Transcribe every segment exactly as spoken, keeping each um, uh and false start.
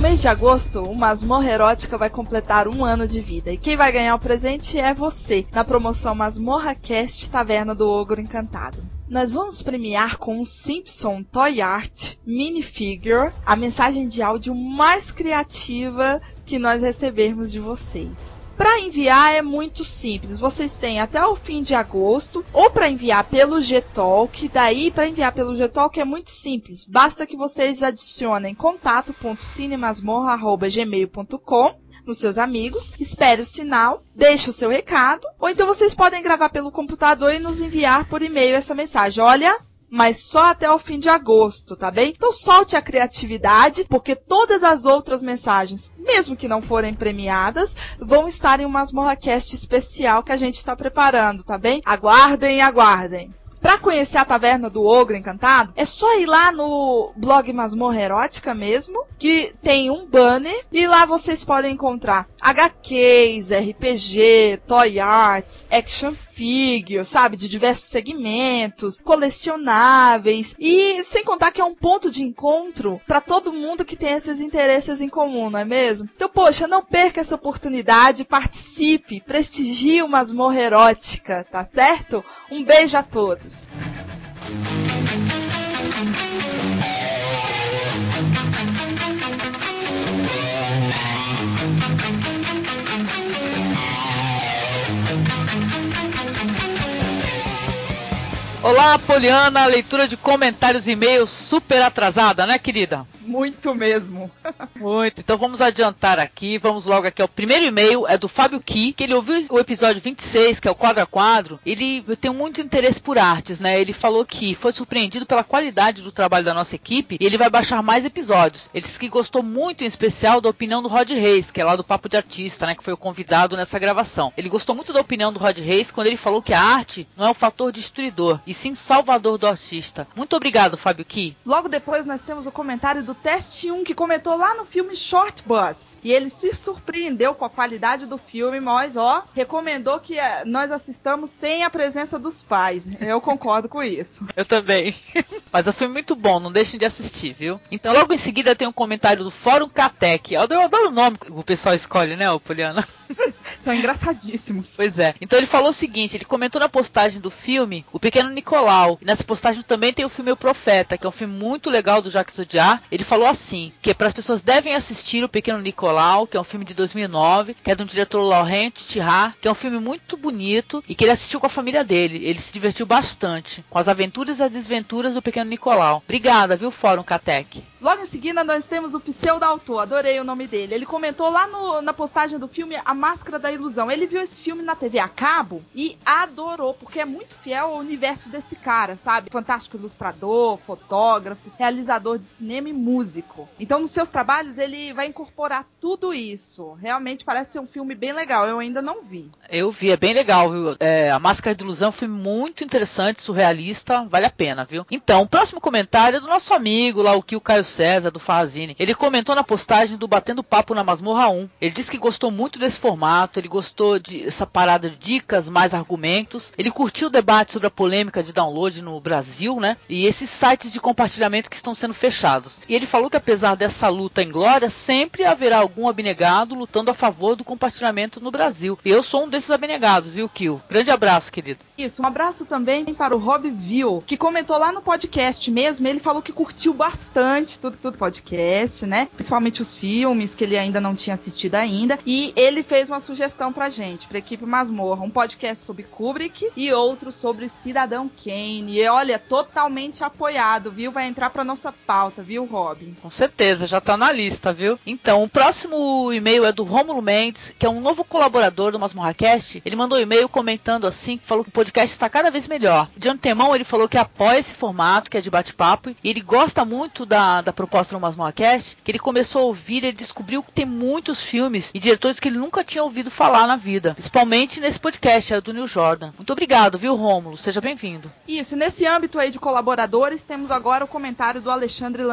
mês de agosto, o Masmorra Erótica vai completar um ano de vida. E quem vai ganhar o presente é você, na promoção Masmorra Cast Taverna do Ogro Encantado. Nós vamos premiar com um Simpson Toy Art Minifigure a mensagem de áudio mais criativa que nós recebermos de vocês. Para enviar é muito simples, vocês têm até o fim de agosto, ou para enviar pelo Gtalk, daí para enviar pelo Gtalk é muito simples, basta que vocês adicionem contato ponto cinemasmorra arroba gmail ponto com nos seus amigos, espere o sinal, deixe o seu recado, ou então vocês podem gravar pelo computador e nos enviar por e-mail essa mensagem. Olha, mas só até o fim de agosto, tá bem? Então solte a criatividade, porque todas as outras mensagens, mesmo que não forem premiadas, vão estar em uma MasmorraCast especial que a gente está preparando, tá bem? Aguardem, aguardem. Para conhecer a Taverna do Ogro Encantado, é só ir lá no blog Masmorra Erótica mesmo, que tem um banner, e lá vocês podem encontrar agá quês, R P G, Toy Arts, Action Figures, sabe, de diversos segmentos, colecionáveis, e sem contar que é um ponto de encontro para todo mundo que tem esses interesses em comum, não é mesmo? Então, poxa, não perca essa oportunidade, participe, prestigie o Masmorra Erótica, tá certo? Um beijo a todos! Olá, Poliana, leitura de comentários e e-mails super atrasada, né, querida? Muito mesmo. Muito. Então vamos adiantar aqui, vamos logo aqui ao primeiro e-mail, é do Fábio Ki, que ele ouviu o episódio vinte e seis, que é o quadro a quadro. Ele tem muito interesse por artes, né? Ele falou que foi surpreendido pela qualidade do trabalho da nossa equipe e ele vai baixar mais episódios. Ele disse que gostou muito, em especial, da opinião do Rod Reis, que é lá do Papo de Artista, né? Que foi o convidado nessa gravação. Ele gostou muito da opinião do Rod Reis quando ele falou que a arte não é um fator destruidor, e sim salvador do artista. Muito obrigado, Fábio Ki. Logo depois nós temos o comentário do Teste um, que comentou lá no filme Short Bus. E ele se surpreendeu com a qualidade do filme, mas, ó, recomendou que nós assistamos sem a presença dos pais. Eu concordo com isso. Eu também. Mas o filme é muito bom, não deixem de assistir, viu? Então, logo em seguida tem um comentário do Fórum Catec. Eu adoro o nome que o pessoal escolhe, né, ô Poliana? São engraçadíssimos. Pois é. Então ele falou o seguinte, ele comentou na postagem do filme O Pequeno Nicolau. E nessa postagem também tem o filme O Profeta, que é um filme muito legal do Jacques Audiard. Ele falou assim, que para as pessoas devem assistir O Pequeno Nicolau, que é um filme de dois mil e nove, que é do diretor Laurent Tirard, que é um filme muito bonito e que ele assistiu com a família dele. Ele se divertiu bastante com as aventuras e as desventuras do Pequeno Nicolau. Obrigada, viu, Fórum Catec? Logo em seguida nós temos o Pseudo-Autor, adorei o nome dele. Ele comentou lá no, na postagem do filme A Máscara da Ilusão. Ele viu esse filme na T V a cabo e adorou, porque é muito fiel ao universo desse cara, sabe? Fantástico ilustrador, fotógrafo, realizador de cinema e músico. Então nos seus trabalhos ele vai incorporar tudo isso. Realmente parece ser um filme bem legal, eu ainda não vi. Eu vi, é bem legal, viu? É, A Máscara da Ilusão foi muito interessante, surrealista, vale a pena, viu? Então, o próximo comentário é do nosso amigo lá, o Kio Caio César, do Farrazine. Ele comentou na postagem do Batendo Papo na Masmorra um. Ele disse que gostou muito desse formato, ele gostou dessa parada de dicas, mais argumentos. Ele curtiu o debate sobre a polêmica de download no Brasil, né? E esses sites de compartilhamento que estão sendo fechados. E ele falou que apesar dessa luta inglória, sempre haverá algum abnegado lutando a favor do compartilhamento no Brasil. E eu sou um desses abnegados, viu, Kio? Grande abraço, querido. Isso, um abraço também para o Rob Vill, que comentou lá no podcast mesmo. Ele falou que curtiu bastante tudo, tudo podcast, né? Principalmente os filmes que ele ainda não tinha assistido ainda. E ele fez uma sugestão pra gente, pra equipe Masmorra, um podcast sobre Kubrick e outro sobre Cidadão Kane. E olha, totalmente apoiado, viu? Vai entrar pra nossa pauta, viu, Robin? Com certeza, já tá na lista, viu? Então, o próximo e-mail é do Rômulo Mendes, que é um novo colaborador do MasmorraCast. Ele mandou um e-mail comentando assim, falou que o podcast está cada vez melhor. De antemão, ele falou que apoia esse formato, que é de bate-papo, e ele gosta muito da, da proposta do MasmorraCast, que ele começou a ouvir e descobriu que tem muitos filmes e diretores que ele nunca tinha ouvido falar na vida, principalmente nesse podcast, é do Neil Jordan. Muito obrigado, viu, Rômulo? Seja bem-vindo. Isso, nesse âmbito aí de colaboradores, temos agora o comentário do Alexandre Landucci,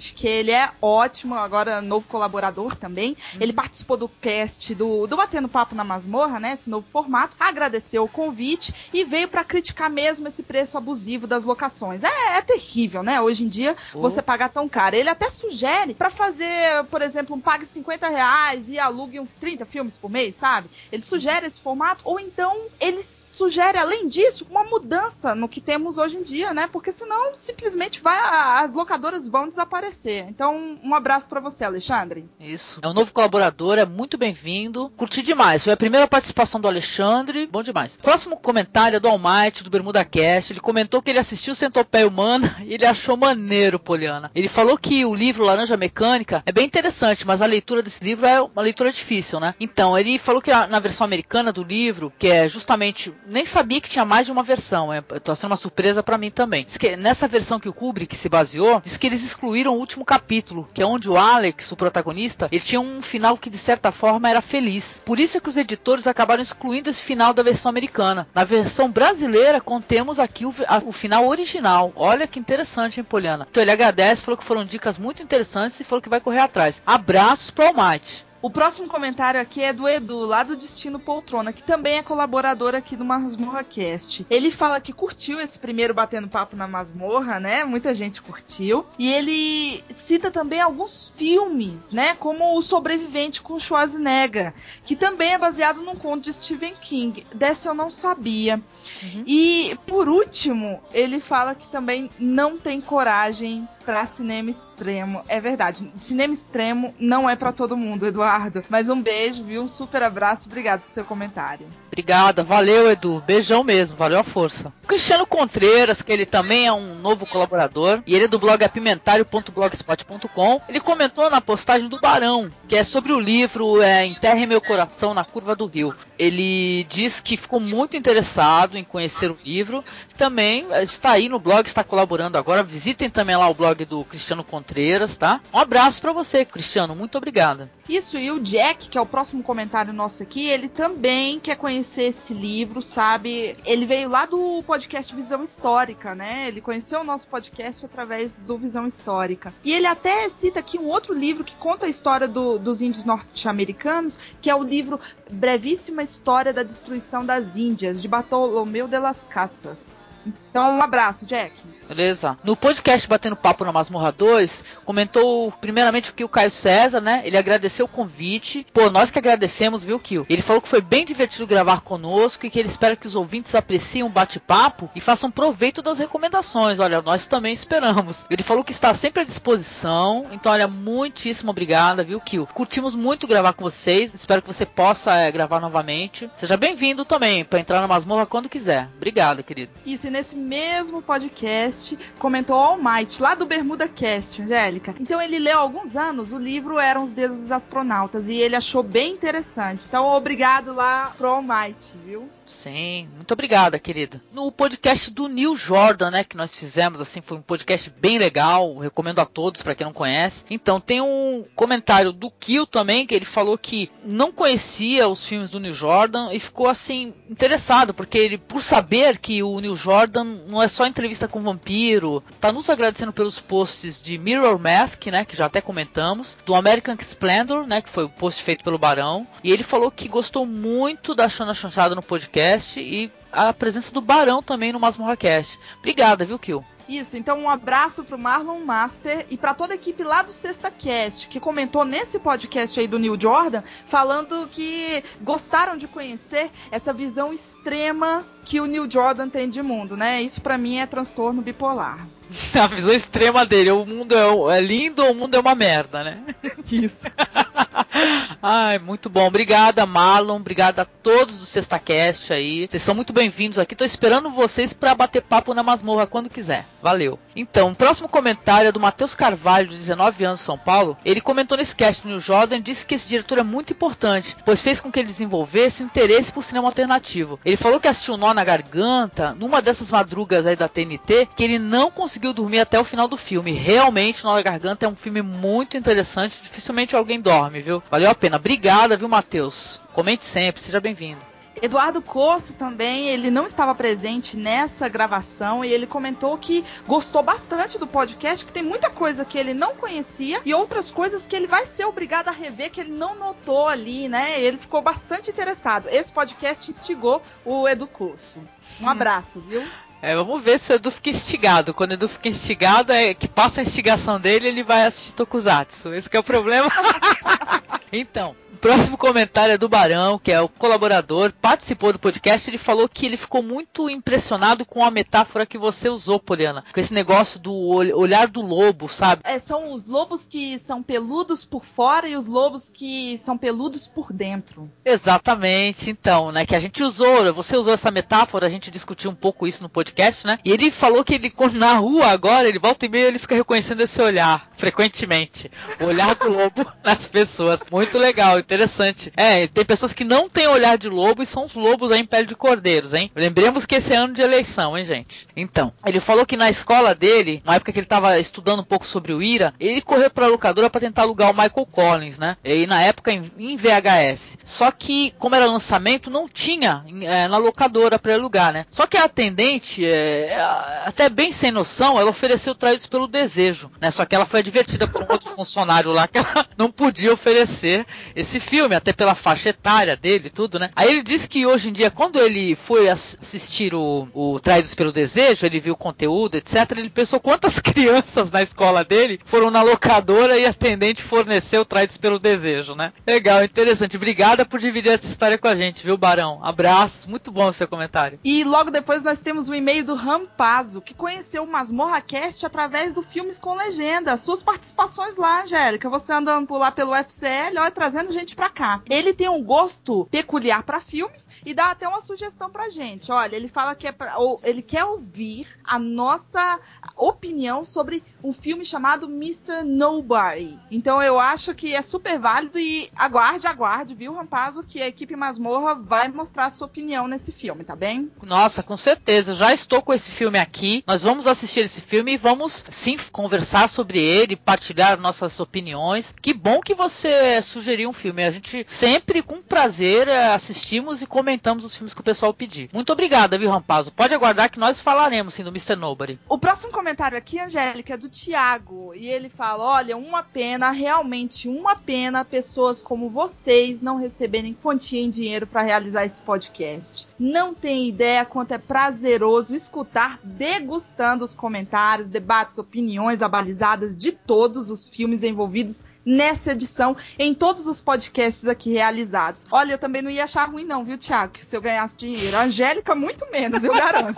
Vite, que ele é ótimo, agora novo colaborador também. Uhum. Ele participou do cast do, do Batendo Papo na Masmorra, né? Esse novo formato. Agradeceu o convite e veio pra criticar mesmo esse preço abusivo das locações. É, é terrível, né? Hoje em dia, oh. você pagar tão caro. Ele até sugere pra fazer, por exemplo, um pague cinquenta reais e alugue uns trinta filmes por mês, sabe? Ele sugere esse formato, ou então ele sugere, além disso, uma mudança no que temos hoje em dia, né? Porque senão, simplesmente, vai, as locadoras vão desaparecer. Então, um abraço pra você, Alexandre. Isso. É um novo colaborador, é muito bem-vindo. Curti demais. Foi a primeira participação do Alexandre. Bom demais. Próximo comentário é do Almighty, do Bermuda Cast. Ele comentou que ele assistiu Centopeia Humana e ele achou maneiro, Poliana. Ele falou que o livro Laranja Mecânica é bem interessante, mas a leitura desse livro é uma leitura difícil, né? Então, ele falou que na versão americana do livro, que é justamente... Nem sabia que tinha mais de uma versão. É, tá sendo uma surpresa pra mim também. Diz que nessa versão que o Kubrick se baseou, diz que eles excluíram o último capítulo, que é onde o Alex, o protagonista, ele tinha um final que de certa forma era feliz. Por isso é que os editores acabaram excluindo esse final da versão americana. Na versão brasileira, contemos aqui o, a, o final original. Olha que interessante, hein, Poliana? Então ele agradece, falou que foram dicas muito interessantes e falou que vai correr atrás. Abraços pro Almighty. O próximo comentário aqui é do Edu, lá do Destino Poltrona, que também é colaborador aqui do Masmorra Cast. Ele fala que curtiu esse primeiro Batendo Papo na Masmorra, né? Muita gente curtiu. E ele cita também alguns filmes, né? Como O Sobrevivente com Schwarzenegger, que também é baseado num conto de Stephen King. Dessa eu não sabia. Uhum. E, por último, ele fala que também não tem coragem pra cinema extremo. É verdade, cinema extremo não é pra todo mundo, Eduardo. Mas um beijo, viu? Um super abraço. Obrigado por seu comentário. Obrigada, valeu, Edu. Beijão mesmo, valeu a força. O Cristiano Contreiras, que ele também é um novo colaborador, e ele é do blog apimentário ponto blogspot ponto com. Ele comentou na postagem do Barão, que é sobre o livro é, Enterre Meu Coração na Curva do Rio. Ele diz que ficou muito interessado em conhecer o livro. Também está aí no blog, está colaborando agora. Visitem também lá o blog do Cristiano Contreiras, tá? Um abraço pra você, Cristiano. Muito obrigada. Isso, e o Jack, que é o próximo comentário nosso aqui, ele também quer conhecer esse livro, sabe? Ele veio lá do podcast Visão Histórica, né? Ele conheceu o nosso podcast através do Visão Histórica. E ele até cita aqui um outro livro que conta a história do, dos índios norte-americanos, que é o livro Brevíssima História da Destruição das Índias, de Bartolomeu de las Casas. Então, um abraço, Jack. Beleza. No podcast Batendo Papo na Masmorra dois, comentou primeiramente o que o Caio César, né? Ele agradeceu o convite. Pô, nós que agradecemos, viu, Kio? Ele falou que foi bem divertido gravar conosco e que ele espera que os ouvintes apreciem o bate-papo e façam proveito das recomendações. Olha, nós também esperamos. Ele falou que está sempre à disposição. Então, olha, muitíssimo obrigada, viu, Kio? Curtimos muito gravar com vocês. Espero que você possa é, gravar novamente. Seja bem-vindo também para entrar na Masmorra quando quiser. Obrigado, querido. Isso, e nesse mesmo podcast comentou o Almighty, lá do Bermuda Cast, Angélica. Então ele leu há alguns anos o livro Eram os Deuses Astronautas e ele achou bem interessante. Então obrigado lá pro Almighty, viu? Sim, muito obrigada, querida. No podcast do Neil Jordan, né, que nós fizemos, assim, foi um podcast bem legal, recomendo a todos, para quem não conhece. Então, tem um comentário do Kill também, que ele falou que não conhecia os filmes do Neil Jordan e ficou, assim, interessado, porque ele, por saber que o Neil Jordan não é só entrevista com vampiro, tá nos agradecendo pelos posts de Mirror Mask, né, que já até comentamos, do American Splendor, né, que foi o post feito pelo Barão, e ele falou que gostou muito da Xana Chanchada no podcast e a presença do Barão também no Masmorra Cast. Obrigada, viu, Kill? Isso, então um abraço pro Marlon Master e pra toda a equipe lá do Sexta Cast, que comentou nesse podcast aí do Neil Jordan, falando que gostaram de conhecer essa visão extrema que o Neil Jordan tem de mundo, né? Isso pra mim é transtorno bipolar. A visão extrema dele, o mundo é, é lindo ou o mundo é uma merda, né? Isso. Ai, muito bom. Obrigada, Marlon. Obrigada a todos do Sexta Cast aí. Vocês são muito bem-vindos aqui. Tô esperando vocês pra bater papo na Masmorra quando quiser. Valeu. Então, o próximo comentário é do Matheus Carvalho, de dezenove anos, São Paulo. Ele comentou nesse cast no Jordan e disse que esse diretor é muito importante, pois fez com que ele desenvolvesse um interesse por cinema alternativo. Ele falou que assistiu Nó na Garganta numa dessas madrugas aí da T N T, que ele não conseguiu dormir até o final do filme. Realmente, Nó na Garganta é um filme muito interessante. Dificilmente alguém dorme, viu? Valeu a pena. Obrigada, viu, Matheus? Comente sempre, seja bem-vindo. Eduardo Corsi também, ele não estava presente nessa gravação e ele comentou que gostou bastante do podcast, que tem muita coisa que ele não conhecia e outras coisas que ele vai ser obrigado a rever que ele não notou ali, né? Ele ficou bastante interessado. Esse podcast instigou o Edu Corsi. Um abraço, viu? É, vamos ver se o Edu fica instigado. Quando o Edu fica instigado, é que passa a instigação dele, ele vai assistir Tokusatsu. Esse que é o problema. Então, o próximo comentário é do Barão, que é o colaborador, participou do podcast. Ele falou que ele ficou muito impressionado com a metáfora que você usou, Poliana. Com esse negócio do olhar do lobo, sabe? É, são os lobos que são peludos por fora e os lobos que são peludos por dentro. Exatamente, então, né? Que a gente usou, você usou essa metáfora, a gente discutiu um pouco isso no podcast, né? E ele falou que ele, na rua agora, ele volta e meia, ele fica reconhecendo esse olhar, frequentemente. O olhar do lobo nas pessoas. Muito legal, interessante. É, tem pessoas que não têm olhar de lobo e são os lobos aí em pele de cordeiros, hein? Lembremos que esse é ano de eleição, hein, gente? Então, ele falou que na escola dele, na época que ele estava estudando um pouco sobre o Ira, ele correu pra locadora para tentar alugar o Michael Collins, né? E na época em, em V H S. Só que, como era lançamento, não tinha é, na locadora para alugar, né? Só que a atendente, é, até bem sem noção, ela ofereceu Traídos pelo Desejo, né? Só que ela foi advertida por um outro funcionário lá que ela não podia oferecer esse filme, até pela faixa etária dele e tudo, né? Aí ele disse que hoje em dia, quando ele foi assistir o, o Traídos pelo Desejo, ele viu o conteúdo, etcétera, ele pensou quantas crianças na escola dele foram na locadora e a atendente forneceu Traídos pelo Desejo, né? Legal, interessante. Obrigada por dividir essa história com a gente, viu, Barão? Abraços, muito bom o seu comentário. E logo depois nós temos o e-mail do Rampazo, que conheceu o Masmorra Cast através do Filmes com Legenda. Suas participações lá, Angélica, você andando por lá pelo U F C L, ó, trazendo gente pra cá. Ele tem um gosto peculiar pra filmes e dá até uma sugestão pra gente. Olha, ele fala que é pra, ou, ele quer ouvir a nossa opinião sobre um filme chamado mister Nobody. Então eu acho que é super válido e aguarde, aguarde, viu, Rampazo, que a equipe Masmorra vai mostrar a sua opinião nesse filme, tá bem? Nossa, com certeza. Já estou com esse filme aqui. Nós vamos assistir esse filme e vamos, sim, conversar sobre ele, partilhar nossas opiniões. Que bom que você sugeriu um filme. A gente sempre, com prazer, assistimos e comentamos os filmes que o pessoal pedir. Muito obrigada, viu, Rampazo? Pode aguardar que nós falaremos, sim, do mister Nobody. O próximo comentário aqui, Angélica, é do Thiago. E ele fala, olha, uma pena, realmente uma pena, pessoas como vocês não receberem quantia em dinheiro para realizar esse podcast. Não tem ideia quanto é prazeroso escutar degustando os comentários, debates, opiniões abalizadas de todos os filmes envolvidos nessa edição, em todos os podcasts aqui realizados. Olha, eu também não ia achar ruim não, viu, Thiago, se eu ganhasse dinheiro. A Angélica, muito menos, eu garanto.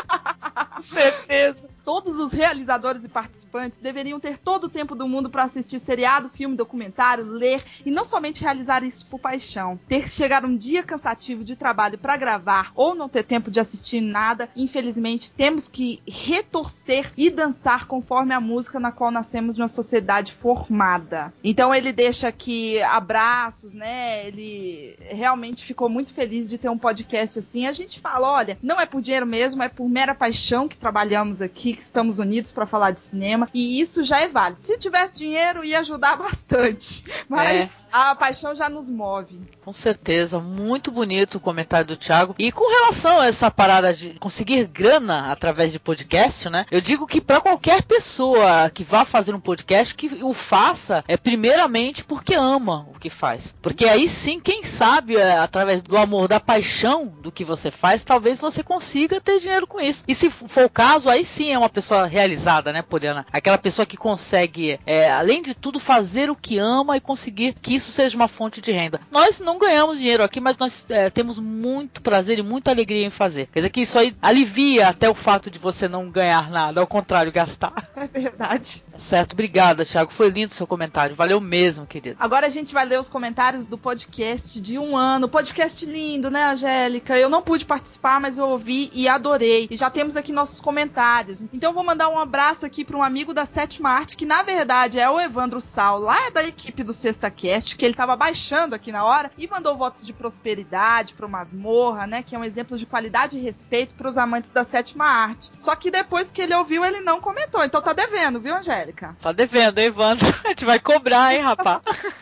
Com certeza. Todos os realizadores e participantes deveriam ter todo o tempo do mundo para assistir seriado, filme, documentário, ler e não somente realizar isso por paixão. Ter que chegar um dia cansativo de trabalho para gravar ou não ter tempo de assistir nada, infelizmente temos que retorcer e dançar conforme a música na qual nascemos numa sociedade formada. Então ele deixa aqui abraços, né? Ele realmente ficou muito feliz de ter um podcast assim. A gente fala, olha, não é por dinheiro mesmo, é por mera paixão que trabalhamos aqui, que estamos unidos para falar de cinema, e isso já é válido. Se tivesse dinheiro, ia ajudar bastante, mas é. A paixão já nos move. Com certeza, muito bonito o comentário do Thiago. E com relação a essa parada de conseguir grana através de podcast, né? Eu digo que para qualquer pessoa que vá fazer um podcast, que o faça é primeiramente porque ama o que faz. Porque aí sim, quem sabe, é, através do amor, da paixão do que você faz, talvez você consiga ter dinheiro com isso. E se for o caso, aí sim é uma pessoa realizada, né, Poliana? Aquela pessoa que consegue, é, além de tudo, fazer o que ama e conseguir que isso seja uma fonte de renda. Nós não ganhamos dinheiro aqui, mas nós é, temos muito prazer e muita alegria em fazer. Quer dizer que isso aí alivia até o fato de você não ganhar nada, ao contrário, gastar. É verdade. Certo, obrigada, Thiago. Foi lindo o seu comentário. Valeu mesmo, querido. Agora a gente vai ler os comentários do podcast de um ano. Podcast lindo, né, Angélica? Eu não pude participar, mas eu ouvi e adorei. E já temos aqui nossos comentários. Então eu vou mandar um abraço aqui para um amigo da Sétima Arte, que na verdade é o Evandro Sal, lá da equipe do Sexta Cast, que ele tava baixando aqui na hora e mandou votos de prosperidade pro Masmorra, né, que é um exemplo de qualidade e respeito pros amantes da Sétima Arte. Só que depois que ele ouviu, ele não comentou. Então tá devendo, viu, Angélica? Tá devendo, hein, Evandro? A gente vai cobrar, hein, rapaz?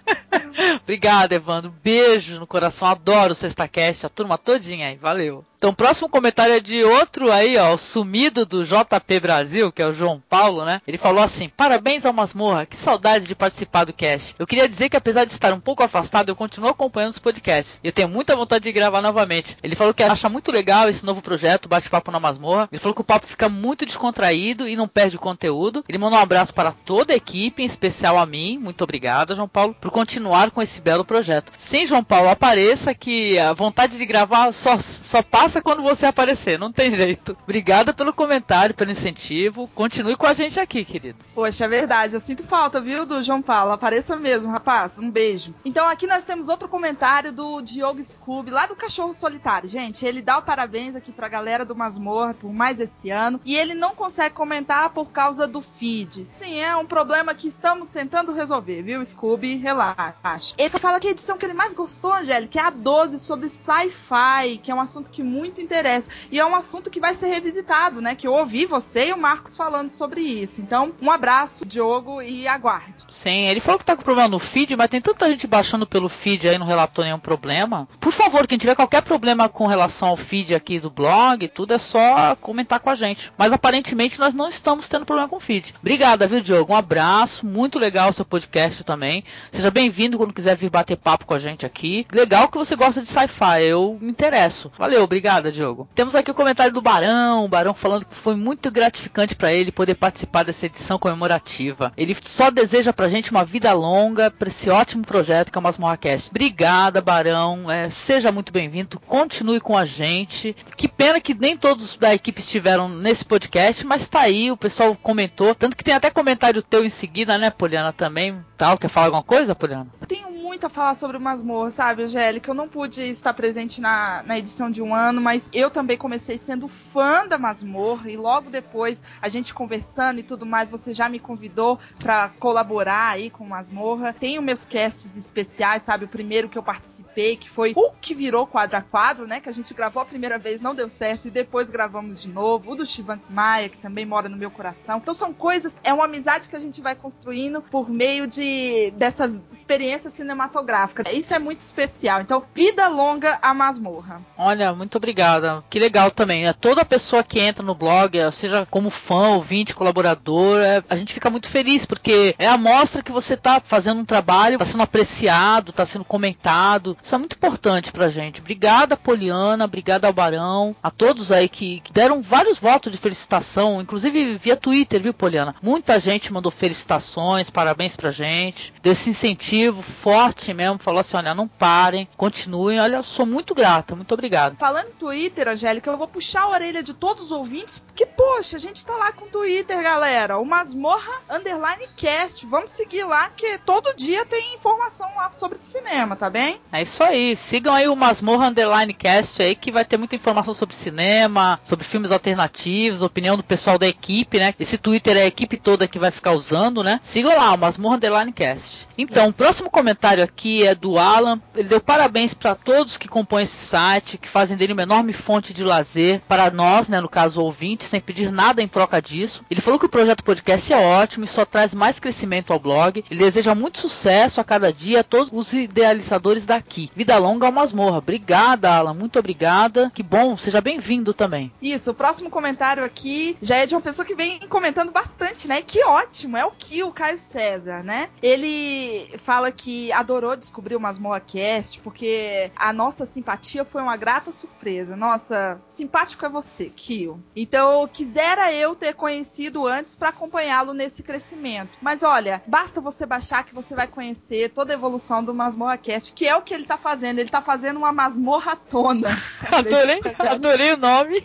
Obrigado, Evandro. Beijo no coração. Adoro o SextaCast, a turma todinha aí. Valeu. Então, o próximo comentário é de outro aí, ó, o sumido do J P Brasil, que é o João Paulo, né? Ele falou assim: parabéns ao Masmorra, que saudade de participar do cast. Eu queria dizer que apesar de estar um pouco afastado, eu continuo acompanhando os podcasts. E eu tenho muita vontade de gravar novamente. Ele falou que acha muito legal esse novo projeto, Bate-Papo na Masmorra. Ele falou que o papo fica muito descontraído e não perde o conteúdo. Ele mandou um abraço para toda a equipe, em especial a mim. Muito obrigada, João Paulo, por continuar com esse belo projeto. Sim, João Paulo, apareça, que a vontade de gravar só, só passa quando você aparecer, não tem jeito. Obrigada pelo comentário, pelo incentivo. Continue com a gente aqui, querido. Poxa, é verdade. Eu sinto falta, viu, do João Paulo. Apareça mesmo, rapaz. Um beijo. Então aqui nós temos outro comentário do Diogo Scooby, lá do Cachorro Solitário. Gente, ele dá o parabéns aqui pra galera do Masmorra por mais esse ano. E ele não consegue comentar por causa do feed. Sim, é um problema que estamos tentando resolver, viu, Scooby? Relaxa. Ele fala que a edição que ele mais gostou, Angélica, é a doze, sobre sci-fi, que é um assunto que muito interessa. E é um assunto que vai ser revisitado, né? Que eu ouvi você e o Marcos falando sobre isso. Então, um abraço, Diogo, e aguarde. Sim, ele falou que tá com problema no feed, mas tem tanta gente baixando pelo feed aí, não relatou nenhum problema. Por favor, quem tiver qualquer problema com relação ao feed aqui do blog, tudo é só comentar com a gente. Mas aparentemente nós não estamos tendo problema com o feed. Obrigada, viu, Diogo? Um abraço, muito legal o seu podcast também. Seja bem-vindo quando quiser vir bater papo com a gente aqui. Legal que você gosta de sci-fi, eu me interesso. Valeu, obrigada, Diogo. Temos aqui o comentário do Barão, o Barão falando que foi muito gratificante para ele poder participar dessa edição comemorativa. Ele só deseja pra gente uma vida longa para esse ótimo projeto que é o MasmorraCast. Obrigada, Barão. É, seja muito bem-vindo. Continue com a gente. Que pena que nem todos da equipe estiveram nesse podcast, mas tá aí, o pessoal comentou. Tanto que tem até comentário teu em seguida, né, Poliana, também. Tal. Quer falar alguma coisa, Poliana? Eu tenho muito a falar sobre o Masmorra, sabe, Angélica? Eu não pude estar presente na, na edição de um ano, mas eu também comecei sendo fã da Masmorra e logo depois, a gente conversando e tudo mais, você já me convidou pra colaborar aí com o Masmorra. Tenho meus casts especiais, sabe? O primeiro que eu participei, que foi o que virou quadro a quadro, né? Que a gente gravou a primeira vez, não deu certo, e depois gravamos de novo. O do Shivan Maia, que também mora no meu coração. Então são coisas, é uma amizade que a gente vai construindo por meio de dessa experiência cinematográfica. Isso é muito especial. Então, vida longa a Masmorra. Olha, muito obrigada. Que legal também. É, toda pessoa que entra no blog, seja como fã, ouvinte, colaborador, é, a gente fica muito feliz, porque é a mostra que você tá fazendo um trabalho, tá sendo apreciado, tá sendo comentado. Isso é muito importante pra gente. Obrigada, Poliana, obrigada ao Barão, a todos aí que, que deram vários votos de felicitação, inclusive via Twitter, viu, Poliana? Muita gente mandou felicitações, parabéns pra gente, desse incentivo forte mesmo, falou assim, olha, não parem, continuem, olha, eu sou muito grata, muito obrigado. Falando em Twitter, Angélica, eu vou puxar a orelha de todos os ouvintes, porque, poxa, a gente tá lá com o Twitter, galera, o Masmorra Underline Cast, vamos seguir lá, que todo dia tem informação lá sobre cinema, tá bem? É isso aí, sigam aí o Masmorra Underline Cast aí, que vai ter muita informação sobre cinema, sobre filmes alternativos, opinião do pessoal da equipe, né, esse Twitter é a equipe toda que vai ficar usando, né, sigam lá, o Masmorra Underline Cast. Então, o próximo comentário aqui é do Alan, ele deu parabéns para todos que compõem esse site, que fazem dele uma enorme fonte de lazer para nós, né, no caso ouvintes, sem pedir nada em troca disso. Ele falou que o projeto podcast é ótimo e só traz mais crescimento ao blog. Ele deseja muito sucesso a cada dia a todos os idealizadores daqui. Vida longa ao Masmorra. Obrigada, Alan, muito obrigada. Que bom, seja bem-vindo também. Isso, o próximo comentário aqui já é de uma pessoa que vem comentando bastante, né? Que ótimo, é o Kio, o Caio César, né? Ele fala que adorou descobrir o Masmorra Cast, porque a nossa simpatia foi uma grata surpresa. Nossa, simpático é você, Kio. Então, quisera eu ter conhecido antes para acompanhá-lo nesse crescimento. Mas olha, basta você baixar que você vai conhecer toda a evolução do Masmorra Cast, que é o que ele tá fazendo. Ele tá fazendo uma masmorratona. adorei, adorei o nome.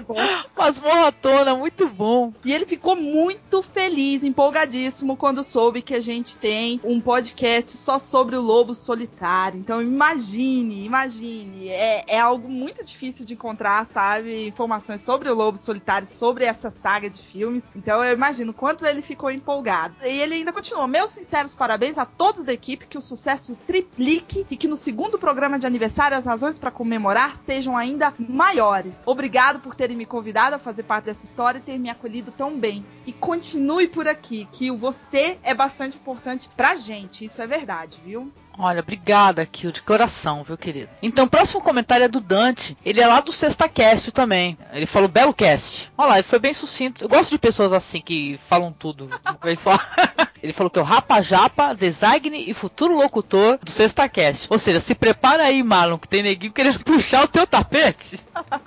Masmorratona, muito bom. E ele ficou muito feliz, empolgadíssimo, quando soube que a gente tem um podcast só sobre o lobo solitário. Então imagine, imagine, é, é algo muito difícil de encontrar, sabe, informações sobre o lobo solitário, sobre essa saga de filmes. Então eu imagino quanto ele ficou empolgado. E ele ainda continuou: meus sinceros parabéns a todos da equipe, que o sucesso triplique e que no segundo programa de aniversário as razões para comemorar sejam ainda maiores. Obrigado por terem me convidado a fazer parte dessa história e ter me acolhido tão bem. E continue por aqui, que o você é bastante importante pra gente, isso é verdade, viu? viu? Olha, obrigada, Kio, de coração, viu, querido? Então, o próximo comentário é do Dante. Ele é lá do SextaCast também. Ele falou belo cast. Olha lá, ele foi bem sucinto. Eu gosto de pessoas assim, que falam tudo de uma vez só. Ele falou que é o Rapa Japa, design e futuro locutor do SextaCast. Ou seja, se prepara aí, Marlon, que tem neguinho querendo puxar o teu tapete.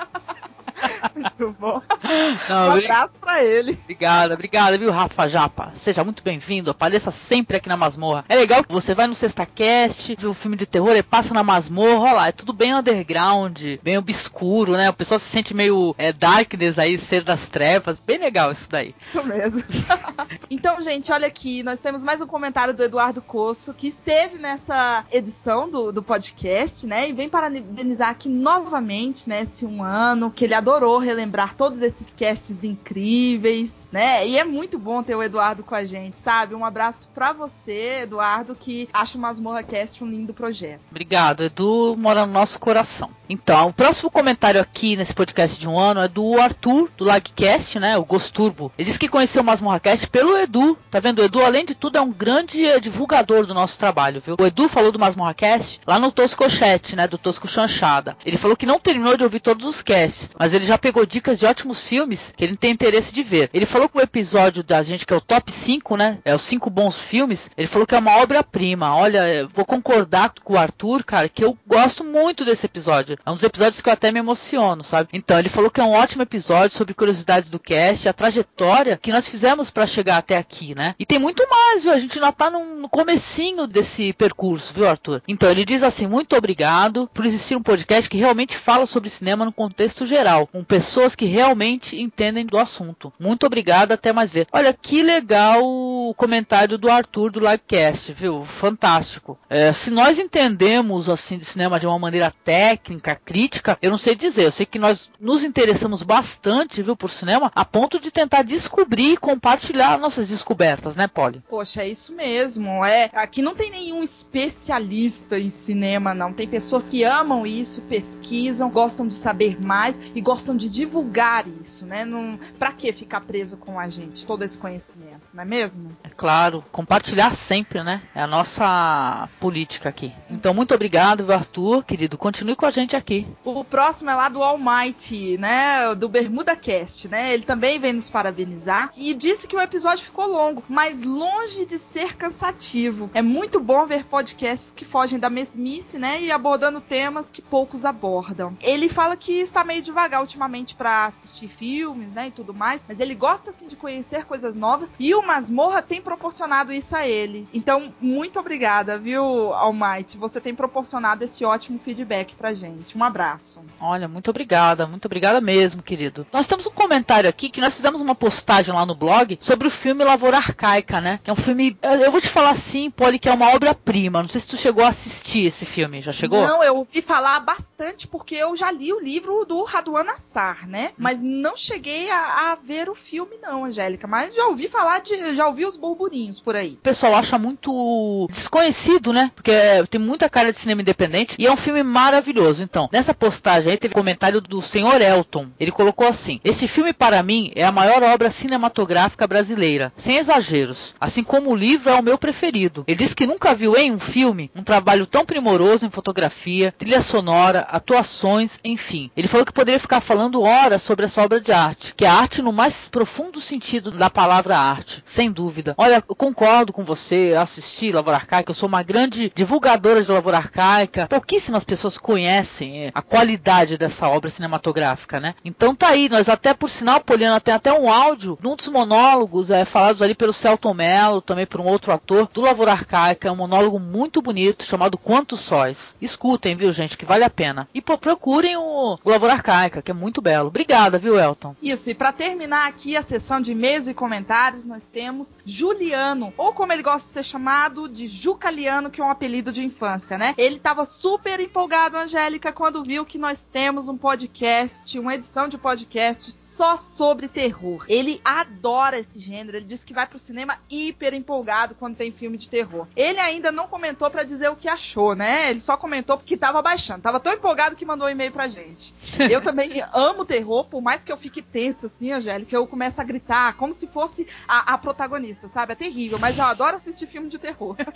Muito bom. Não, um abraço pra ele. Obrigada, obrigada, viu, Rafa Japa? Seja muito bem-vindo, apareça sempre aqui na Masmorra. É legal que você vai no SextaCast, vê um filme de terror e passa na Masmorra, olha lá, é tudo bem underground, bem obscuro, né? O pessoal se sente meio é, darkness aí, ser das trevas, bem legal isso daí. Isso mesmo. Então, gente, olha aqui, nós temos mais um comentário do Eduardo Cosso, que esteve nessa edição do, do podcast, né? E vem parabenizar aqui novamente, né, esse um ano, que ele adorou relembrar todos esses casts incríveis, né? E é muito bom ter o Eduardo com a gente, sabe? Um abraço pra você, Eduardo, que acha o Masmorra Cast um lindo projeto. Obrigado, Edu mora no nosso coração. Então, o próximo comentário aqui nesse podcast de um ano é do Arthur, do Lagcast, né? O Gosturbo. Ele disse que conheceu o Masmorra Cast pelo Edu. Tá vendo? O Edu, além de tudo, é um grande divulgador do nosso trabalho, viu? O Edu falou do Masmorra Cast lá no Tosco Chat, né? Do Tosco Chanchada. Ele falou que não terminou de ouvir todos os casts, mas ele já pegou dicas de ótimos filmes que ele tem interesse de ver. Ele falou que o episódio da gente, que é o top cinco, né? É os cinco bons filmes. Ele falou que é uma obra-prima. Olha, vou concordar com o Arthur, cara, que eu gosto muito desse episódio. É um dos episódios que eu até me emociono, sabe? Então, ele falou que é um ótimo episódio sobre curiosidades do cast, a trajetória que nós fizemos pra chegar até aqui, né? E tem muito mais, viu? A gente ainda tá no comecinho desse percurso, viu, Arthur? Então, ele diz assim, muito obrigado por existir um podcast que realmente fala sobre cinema no contexto geral, com pessoas que realmente entendem do assunto. Muito obrigado, até mais ver. Olha, que legal o comentário do Arthur do Livecast, viu? Fantástico. É, se nós entendemos, assim, de cinema de uma maneira técnica, crítica, eu não sei dizer. Eu sei que nós nos interessamos bastante, viu, por cinema, a ponto de tentar descobrir e compartilhar nossas descobertas, né, Polly? Poxa, é isso mesmo. É, aqui não tem nenhum especialista em cinema, não. Tem pessoas que amam isso, pesquisam, gostam de saber mais e gostam de divulgar isso, né? Não, pra que ficar preso com a gente, todo esse conhecimento, não é mesmo? É claro, compartilhar sempre, né? É a nossa política aqui. Então, muito obrigado, Arthur, querido. Continue com a gente aqui. O próximo é lá do Almighty, né? Do Bermuda Cast, né? Ele também vem nos parabenizar e disse que o episódio ficou longo, mas longe de ser cansativo. É muito bom ver podcasts que fogem da mesmice, né? E abordando temas que poucos abordam. Ele fala que está meio devagar ultimamente para assistir filmes, né? E tudo mais, mas ele gosta, assim, de conhecer coisas novas e o Masmorra tem proporcionado isso a ele. Então, muito obrigada, viu, Almighty? Você tem proporcionado esse ótimo feedback pra gente. Um abraço. Olha, muito obrigada, muito obrigada mesmo, querido. Nós temos um comentário aqui que nós fizemos uma postagem lá no blog sobre o filme Lavoura Arcaica, né? Que é um filme, eu vou te falar assim, Polly, que é uma obra-prima. Não sei se tu chegou a assistir esse filme, já chegou? Não, eu ouvi falar bastante porque eu já li o livro do Raduan Nassar, né? Mas não cheguei a, a ver o filme não, Angélica, mas já ouvi falar de, já ouvi os burburinhos por aí. O pessoal acha muito desconhecido, né? Porque tem muita cara de cinema independente e é um filme maravilhoso. Então, nessa postagem aí teve comentário do senhor Elton. Ele colocou assim: esse filme para mim é a maior obra cinematográfica brasileira, sem exageros, assim como o livro é o meu preferido. Ele disse que nunca viu em um filme um trabalho tão primoroso em fotografia, trilha sonora, atuações, enfim. Ele falou que poderia ficar falando horas sobre essa obra de arte, que é a arte no mais profundo sentido da palavra arte, sem dúvida. Olha, eu concordo com você, assisti Lavoura Arcaica, eu sou uma grande divulgadora de Lavoura Arcaica, pouquíssimas pessoas conhecem a qualidade dessa obra cinematográfica, né? Então tá aí, nós até, por sinal, Poliana, tem até um áudio num dos monólogos é, falados ali pelo Celton Mello, também por um outro ator, do Lavoura Arcaica, é um monólogo muito bonito, chamado Quantos Sóis. Escutem, viu, gente, que vale a pena. E pô, procurem o, o Lavoura Arcaica, que é muito belo. Obrigada, viu, Elton? Isso, e pra terminar aqui a sessão de e-mails e comentários, nós temos Juliano, ou como ele gosta de ser chamado, de Jucaliano, que é um apelido de infância, né? Ele tava super empolgado, Angélica, quando viu que nós temos um podcast, uma edição de podcast só sobre terror. Ele adora esse gênero, ele disse que vai pro cinema hiper empolgado quando tem filme de terror. Ele ainda não comentou pra dizer o que achou, né? Ele só comentou porque tava baixando, tava tão empolgado que mandou um e-mail pra gente. Eu também amo terror, por mais que eu fique tensa assim, Angélica, eu começo a gritar como se fosse a, a protagonista, sabe? É terrível, mas eu adoro assistir filme de terror.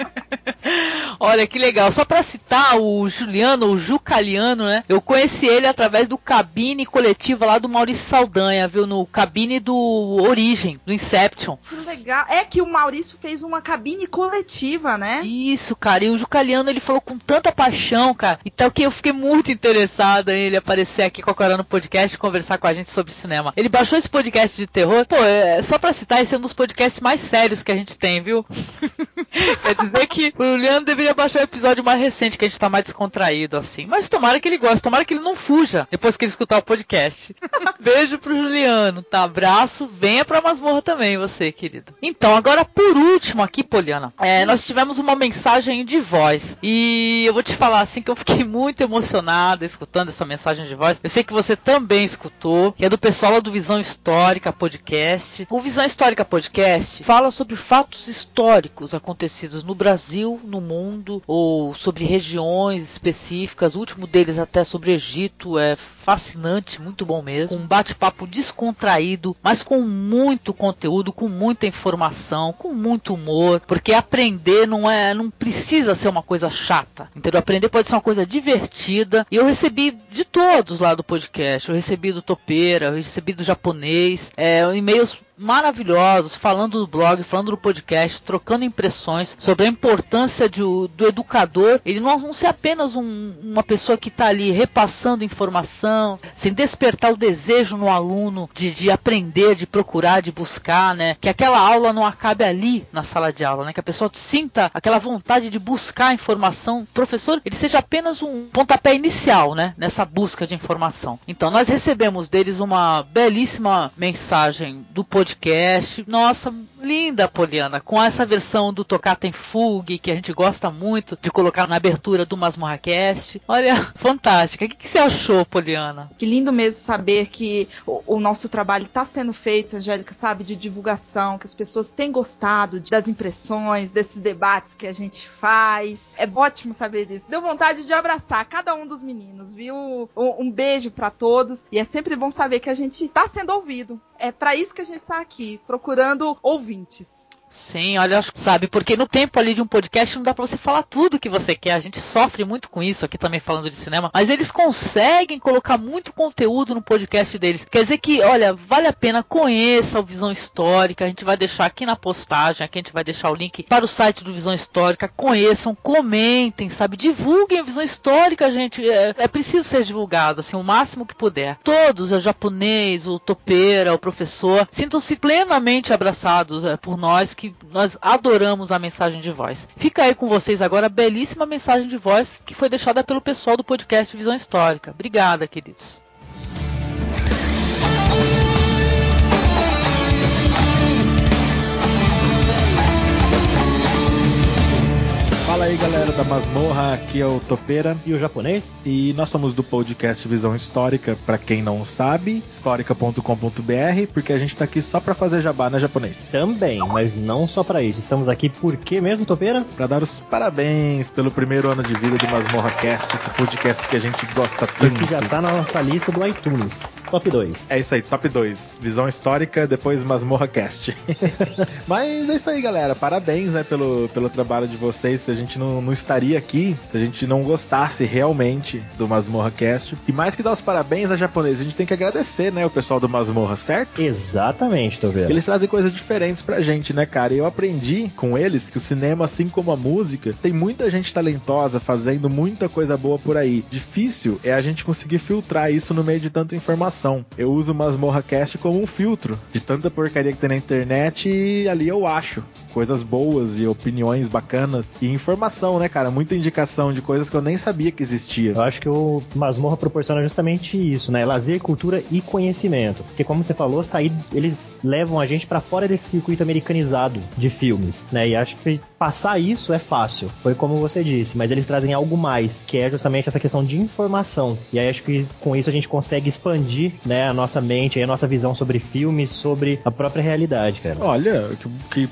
Olha que legal, só pra citar o Juliano, o Jucaliano, né? Eu conheci ele através do Cabine Coletiva lá do Maurício Saldanha, viu? No Cabine do Origem, do Inception. Que legal. É que o Maurício fez uma cabine coletiva, né? Isso, cara. E o Jucaliano, ele falou com tanta paixão, cara. Então que eu fiquei muito interessada em ele aparecer aqui com a Corona no podcast e conversar com a gente sobre cinema. Ele baixou esse podcast de terror. Pô, é, só pra citar, esse é um dos podcasts mais sérios que a gente tem, viu? Quer dizer que o Juliano deveria baixar o episódio mais recente, que a gente tá mais descontraído, assim. Mas tomara que ele goste, tomara que ele não fuja depois que ele escutar o podcast. Beijo pro Juliano, tá? Abraço, venha pra Masmorra também, você, querido. Então, agora por último aqui, Poliana, é, nós tivemos uma mensagem de voz. E eu vou te falar, assim, que eu fiquei muito emocionada escutando essa mensagem de voz. Eu sei que você também escutou, que é do pessoal lá do Visão Histórica Podcast. O Visão Histórica Podcast fala sobre fatos históricos acontecidos no Brasil, no mundo, ou sobre regiões específicas. O último deles até sobre Egito, é fascinante, muito bom mesmo. Um bate-papo descontraído, mas com muito conteúdo, com muita informação, com muito humor, porque aprender não é, não precisa ser uma coisa chata, entendeu? Aprender pode ser uma coisa divertida. E eu recebi de todos lá do podcast, eu recebi do Topeira, eu recebi do Japonês, é, e-mails maravilhosos, falando do blog, falando do podcast, trocando impressões sobre a importância de, do educador, ele não, não ser apenas um, uma pessoa que está ali repassando informação, sem despertar o desejo no aluno de, de aprender, de procurar, de buscar, né? Que aquela aula não acabe ali na sala de aula, né? Que a pessoa sinta aquela vontade de buscar informação. O professor, ele seja apenas um pontapé inicial, né? Nessa busca de informação. Então, nós recebemos deles uma belíssima mensagem do podcast. podcast. Nossa, linda, Poliana, com essa versão do Tocata em Fugue, que a gente gosta muito de colocar na abertura do MasmorraCast. Olha, fantástica. O que, que você achou, Poliana? Que lindo mesmo saber que o, o nosso trabalho está sendo feito, Angélica, sabe, de divulgação, que as pessoas têm gostado de, das impressões, desses debates que a gente faz. É ótimo saber disso. Deu vontade de abraçar cada um dos meninos, viu? Um, um beijo para todos. E é sempre bom saber que a gente está sendo ouvido. É para isso que a gente está aqui, procurando ouvintes. Sim, olha, sabe, porque no tempo ali de um podcast não dá pra você falar tudo que você quer, a gente sofre muito com isso aqui também falando de cinema, mas eles conseguem colocar muito conteúdo no podcast deles, quer dizer que, olha, vale a pena, conheça o Visão Histórica, a gente vai deixar aqui na postagem, aqui a gente vai deixar o link para o site do Visão Histórica, conheçam, comentem, sabe, divulguem a Visão Histórica, gente, é, é preciso ser divulgado, assim, o máximo que puder. Todos, o japonês, o topeira, o professor, sintam-se plenamente abraçados é, por nós, que nós adoramos a mensagem de voz. Fica aí com vocês agora a belíssima mensagem de voz que foi deixada pelo pessoal do podcast Visão Histórica. Obrigada, queridos. Fala aí, galera da Masmorra, aqui é o Topeira e o Japonês, e nós somos do podcast Visão Histórica, pra quem não sabe, histórica ponto com ponto b r, porque a gente tá aqui só pra fazer jabá, né, Japonês? Também, mas não só pra isso, estamos aqui por quê mesmo, Topeira? Pra dar os parabéns pelo primeiro ano de vida do MasmorraCast, esse podcast que a gente gosta tanto. Que já tá na nossa lista do iTunes, top dois. É isso aí, top dois, Visão Histórica, depois MasmorraCast. Mas é isso aí, galera, parabéns, né, pelo, pelo trabalho de vocês. Se a gente não, não estaria aqui se a gente não gostasse realmente do MasmorraCast. E mais que dar os parabéns a Japonês, a gente tem que agradecer, né, o pessoal do Masmorra, certo? Exatamente, tô vendo. Eles trazem coisas diferentes pra gente, né, cara? E eu aprendi com eles que o cinema, assim como a música, tem muita gente talentosa fazendo muita coisa boa por aí. Difícil é a gente conseguir filtrar isso no meio de tanta informação. Eu uso o MasmorraCast como um filtro de tanta porcaria que tem na internet, e ali eu acho coisas boas e opiniões bacanas e informação, né, cara? Muita indicação de coisas que eu nem sabia que existia. Eu acho que o Masmorra proporciona justamente isso, né? Lazer, cultura e conhecimento. Porque, como você falou, sair, eles levam a gente pra fora desse circuito americanizado de filmes, né? E acho que passar isso é fácil. Foi como você disse, mas eles trazem algo mais, que é justamente essa questão de informação. E aí acho que com isso a gente consegue expandir, né, a nossa mente, a nossa visão sobre filmes, sobre a própria realidade, cara. Olha, que, que profundo,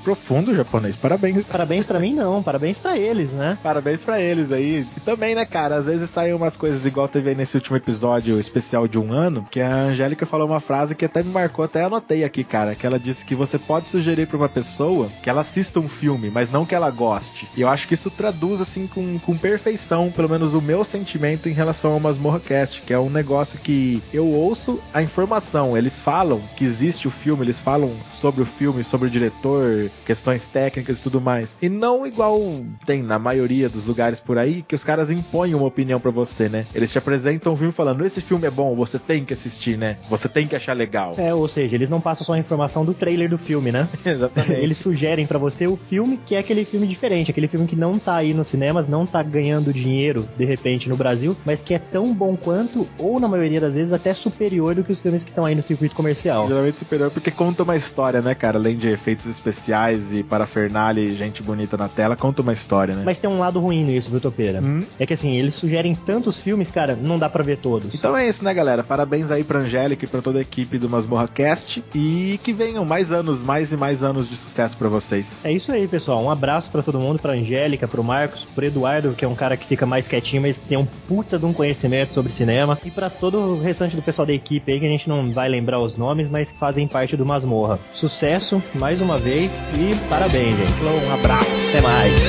tudo, japonês. Parabéns. Parabéns pra mim não, parabéns pra eles, né? Parabéns pra eles aí. E também, né, cara, às vezes saem umas coisas igual teve aí nesse último episódio especial de um ano, que a Angélica falou uma frase que até me marcou, até anotei aqui, cara, que ela disse que você pode sugerir pra uma pessoa que ela assista um filme, mas não que ela goste. E eu acho que isso traduz, assim, com, com perfeição, pelo menos o meu sentimento em relação ao Masmorra Cast, que é um negócio que eu ouço a informação, eles falam que existe o filme, eles falam sobre o filme, sobre o diretor, questões técnicas e tudo mais. E não igual tem na maioria dos lugares por aí, que os caras impõem uma opinião pra você, né? Eles te apresentam um filme falando, esse filme é bom, você tem que assistir, né? Você tem que achar legal. É, ou seja, eles não passam só a informação do trailer do filme, né? Exatamente. Eles sugerem pra você o filme que é aquele filme diferente, aquele filme que não tá aí nos cinemas, não tá ganhando dinheiro, de repente, no Brasil, mas que é tão bom quanto, ou na maioria das vezes, até superior do que os filmes que estão aí no circuito comercial. Geralmente superior porque conta uma história, né, cara? Além de efeitos especiais e parafernália e gente bonita na tela, conta uma história, né? Mas tem um lado ruim nisso, viu, Topeira? Hum? É que assim, eles sugerem tantos filmes, cara, não dá pra ver todos. Então é isso, né, galera? Parabéns aí pra Angélica e pra toda a equipe do Masmorra Cast e que venham mais anos, mais e mais anos de sucesso pra vocês. É isso aí, pessoal. Um abraço pra todo mundo, pra Angélica, pro Marcos, pro Eduardo, que é um cara que fica mais quietinho, mas tem um puta de um conhecimento sobre cinema, e pra todo o restante do pessoal da equipe aí, que a gente não vai lembrar os nomes, mas que fazem parte do Masmorra. Sucesso, mais uma vez, e parabéns, gente. Um abraço, até mais.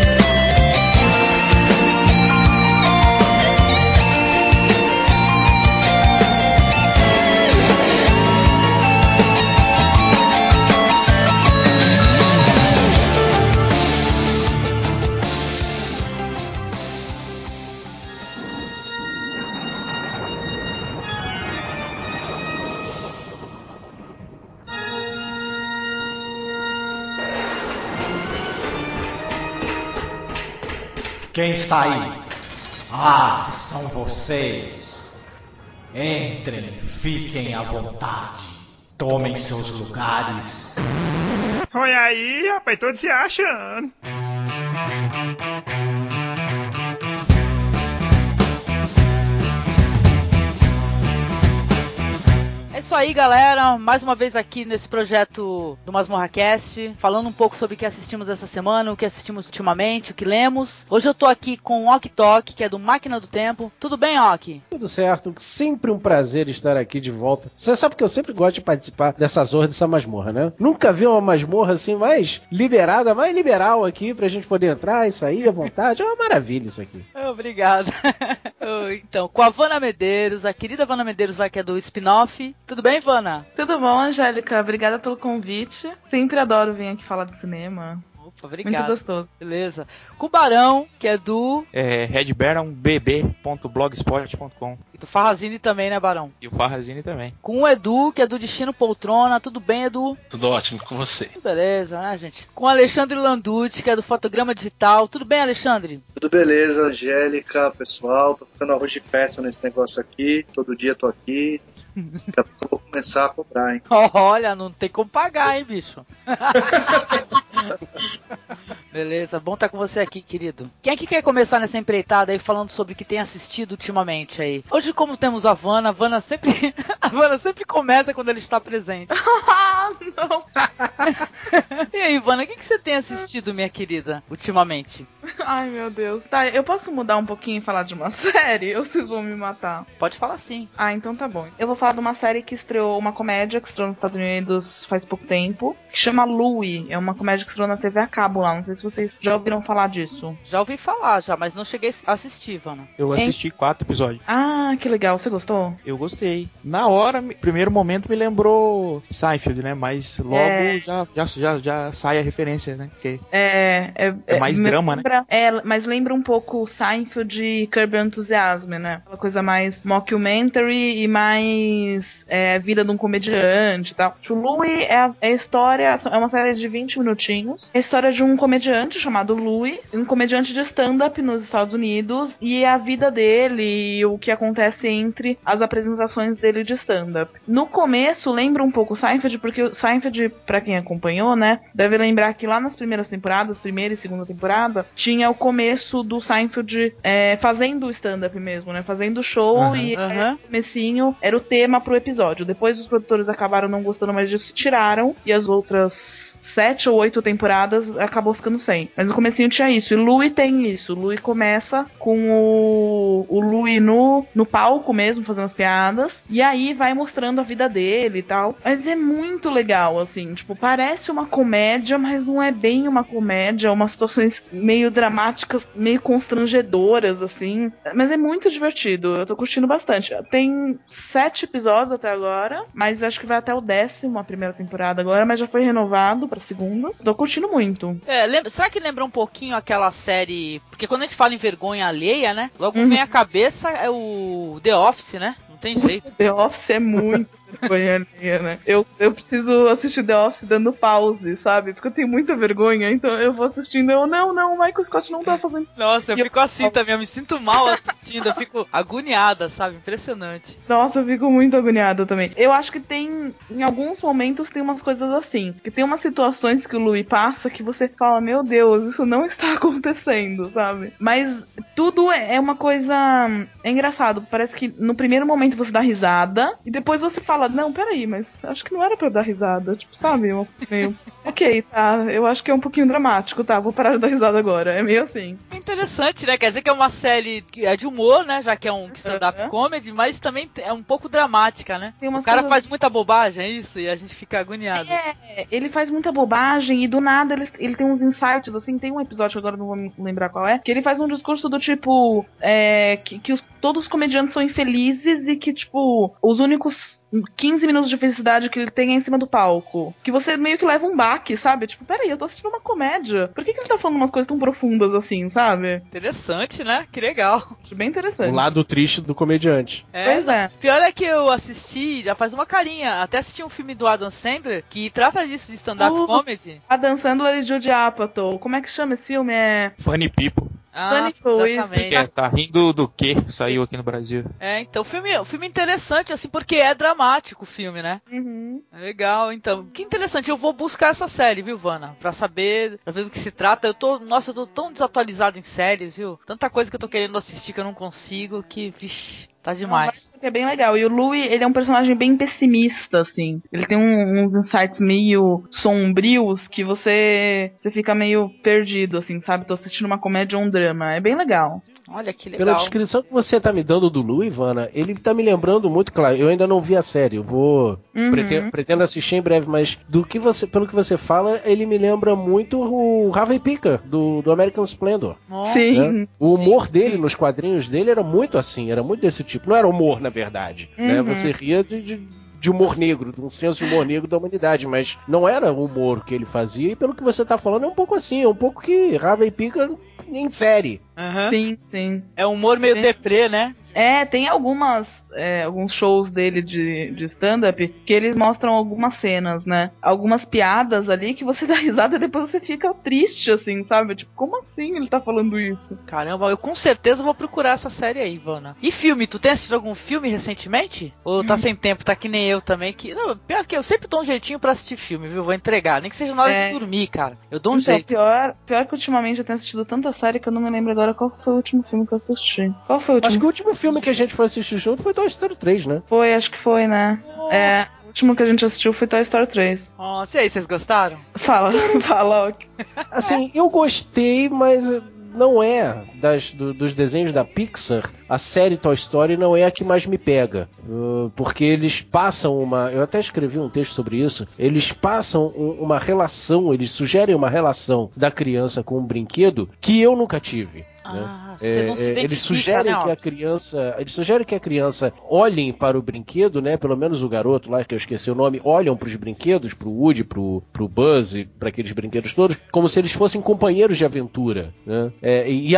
Quem está aí? Ah, são vocês. Entrem, fiquem à vontade. Tomem seus lugares. Olha aí, rapaz, tô se achando. É isso aí, galera. Mais uma vez aqui nesse projeto do Masmorra Cast, falando um pouco sobre o que assistimos essa semana, o que assistimos ultimamente, o que lemos. Hoje eu tô aqui com o Ok Tok, que é do Máquina do Tempo. Tudo bem, Ok? Tudo certo. Sempre um prazer estar aqui de volta. Você sabe que eu sempre gosto de participar dessa zorra, dessa masmorra, né? Nunca vi uma masmorra assim mais liberada, mais liberal aqui, pra gente poder entrar e sair à vontade. É uma maravilha isso aqui. Obrigado. Então, com a Vana Medeiros, a querida Vana Medeiros lá, que é do spin-off. Tudo bem, Vana? Tudo bom, Angélica? Obrigada pelo convite. Sempre adoro vir aqui falar de cinema. Opa, obrigado. Muito gostoso. Beleza. Com o Barão, que é do... É, red baron b b ponto blogspot ponto com. E do Farrazine também, né, Barão? E o Farrazine também. Com o Edu, que é do Destino Poltrona. Tudo bem, Edu? Tudo ótimo com você. Beleza, né, gente? Com o Alexandre Landucci, que é do Fotograma Digital. Tudo bem, Alexandre? Tudo beleza, Angélica, pessoal. Tô ficando arroz de peça nesse negócio aqui. Todo dia tô aqui. Daqui a pouco eu vou começar a cobrar, hein? Olha, não tem como pagar, hein, bicho? Beleza, bom estar com você aqui, querido. Quem é que quer começar nessa empreitada aí falando sobre o que tem assistido ultimamente aí? Hoje, como temos a Vana, a Vana sempre, a Vana sempre começa quando ele está presente. Ah, não! E aí, Vana, o que, que você tem assistido, minha querida, ultimamente? Ai, meu Deus. Tá, eu posso mudar um pouquinho e falar de uma série? Ou vocês vão me matar? Pode falar sim. Ah, então tá bom. Eu vou falar de uma série que estreou, uma comédia que estreou nos Estados Unidos faz pouco tempo, que chama Louie. É uma comédia que estreou na T V a cabo lá. Não sei se vocês já ouviram falar disso. Já ouvi falar, já, mas não cheguei a assistir, Vana. Eu assisti hein? quatro episódios. Ah, que legal. Você gostou? Eu gostei. Na hora, primeiro momento, me lembrou Seinfeld, né? Mas logo é... já, já, já, já sai a referência, né? Porque é, é, é mais é, drama, lembra, né? É, mas lembra um pouco Seinfeld de Curb Your Enthusiasm, né? Aquela coisa mais mockumentary e mais é, vida de um comediante e tal. O Louie é a, é a história, é uma série de vinte minutinhos. É a história de um comediante chamado Louie, um comediante de stand-up nos Estados Unidos, e a vida dele e o que acontece entre as apresentações dele de stand-up. No começo, lembra um pouco Seinfeld, porque o Seinfeld, pra quem acompanhou, né, deve lembrar que lá nas primeiras temporadas, primeira e segunda temporada, tinha o começo do Seinfeld é, fazendo o stand-up mesmo, né, fazendo o show, uhum, e uhum. o comecinho era o tema pro episódio. Depois os produtores acabaram não gostando mais disso, tiraram, e as outras sete ou oito temporadas acabou ficando sem. Mas no comecinho tinha isso. E Louie tem isso. Louie começa com o, o Louie no, no palco mesmo, fazendo as piadas. E aí vai mostrando a vida dele e tal. Mas é muito legal, assim. Tipo, parece uma comédia, mas não é bem uma comédia. Umas situações meio dramáticas, meio constrangedoras, assim. Mas é muito divertido. Eu tô curtindo bastante. Tem sete episódios até agora, mas acho que vai até o décimo, a primeira temporada agora, mas já foi renovado pra segunda. Tô curtindo muito. É, lembra, será que lembra um pouquinho aquela série... Porque quando a gente fala em vergonha alheia, né? Logo Uhum. vem à cabeça é o The Office, né? Não tem jeito. The Office é muito vergonha alheia, né? Eu, eu preciso assistir The Office dando pause, sabe? Porque eu tenho muita vergonha, então eu vou assistindo. Eu, não, não, o Michael Scott não tá fazendo. Nossa, eu e fico eu... assim também. Eu me sinto mal assistindo. Eu fico agoniada, sabe? Impressionante. Nossa, eu fico muito agoniada também. Eu acho que tem, em alguns momentos, tem umas coisas assim. Que tem umas situações que o Louie passa que você fala, meu Deus, isso não está acontecendo, sabe? Mas tudo é uma coisa... É engraçado. Parece que no primeiro momento você dá risada e depois você fala, não, peraí, mas acho que não era pra eu dar risada. Tipo, sabe? Meio... ok, tá. Eu acho que é um pouquinho dramático, tá? Vou parar de dar risada agora. É meio assim. É interessante, né? Quer dizer que é uma série que é de humor, né? Já que é um stand-up uhum. comedy, mas também é um pouco dramática, né? O cara coisas... faz muita bobagem, é isso? E a gente fica agoniado. É, ele faz muita bobagem e do nada ele, ele tem uns insights, assim, tem um episódio que agora não vou me lembrar qual é, que ele faz um discurso do tipo, é, que, que os, todos os comediantes são infelizes e que, tipo, os únicos quinze minutos de felicidade que ele tem é em cima do palco. Que você meio que leva um baque, sabe? Tipo, peraí, eu tô assistindo uma comédia. Por que, que ele tá falando umas coisas tão profundas assim, sabe? Interessante, né? Que legal. Bem interessante. O lado triste do comediante. É, pois é. Pior é que eu assisti, já faz uma carinha, até assisti um filme do Adam Sandler que trata disso, de stand-up uh, comedy. Adam Sandler e Judd Apatow. Como é que chama esse filme? É... Funny People. Ah, exatamente. Que é, tá rindo do que saiu aqui no Brasil. É, então o filme, o filme é interessante, assim, porque é dramático o filme, né? Uhum. É legal, então. Que interessante, eu vou buscar essa série, viu, Vana? Pra saber, pra ver do que se trata. Eu tô, nossa, eu tô tão desatualizado em séries, viu? Tanta coisa que eu tô querendo assistir que eu não consigo, que, vixi... Tá demais. Não, é bem legal. E o Louie, ele é um personagem bem pessimista, assim. Ele tem um, uns insights meio sombrios que você, você fica meio perdido, assim, sabe? Tô assistindo uma comédia ou um drama. É bem legal. Olha que legal. Pela descrição que você tá me dando do Louie, Ivana, ele tá me lembrando muito, claro, eu ainda não vi a série, eu vou... Uhum. Pretendo, pretendo assistir em breve, mas do que você, pelo que você fala, ele me lembra muito o Harvey Picker, do, do American Splendor. Oh. Sim. Né? O humor sim. dele, nos quadrinhos dele, era muito assim, era muito desse tipo. Não era humor, na verdade. Uhum. Né? Você ria de... de... de humor negro, de um senso de humor negro da humanidade, mas não era o humor que ele fazia, e pelo que você tá falando é um pouco assim, é um pouco que Harvey Picker em série. Uhum. Sim, sim. É um humor meio sim. deprê, né? É, tem algumas, é, alguns shows dele de, de stand-up que eles mostram algumas cenas, né? Algumas piadas ali que você dá risada e depois você fica triste, assim, sabe? Tipo, como assim ele tá falando isso? Caramba, eu com certeza vou procurar essa série aí, Ivana. E filme, tu tem assistido algum filme recentemente? Ou tá hum. sem tempo, tá que nem eu também? Que, não, pior que eu sempre dou um jeitinho pra assistir filme, viu? Vou entregar, nem que seja na hora é. de dormir, cara. Eu dou um então, jeito. Pior, pior que ultimamente eu tenho assistido tanta série que eu não me lembro agora qual foi o último filme que eu assisti. Qual foi o último? Acho que o último filme que a gente foi assistir junto foi Toy Story três, né? Foi, acho que foi, né? Oh. É, o último que a gente assistiu foi Toy Story três. Nossa, e aí, vocês gostaram? Fala, fala. Assim, eu gostei, mas não é das, do, dos desenhos da Pixar, a série Toy Story não é a que mais me pega. Uh, porque eles passam uma... Eu até escrevi um texto sobre isso. Eles passam um, uma relação, eles sugerem uma relação da criança com um brinquedo que eu nunca tive. Ah, né? você não é, se identifica, eles sugerem né, que a criança, eles sugerem que a criança olhem para o brinquedo, né? Pelo menos o garoto lá, que eu esqueci o nome, olham para os brinquedos, para o Woody, para o Buzz, para aqueles brinquedos todos, como se eles fossem companheiros de aventura, né? É, e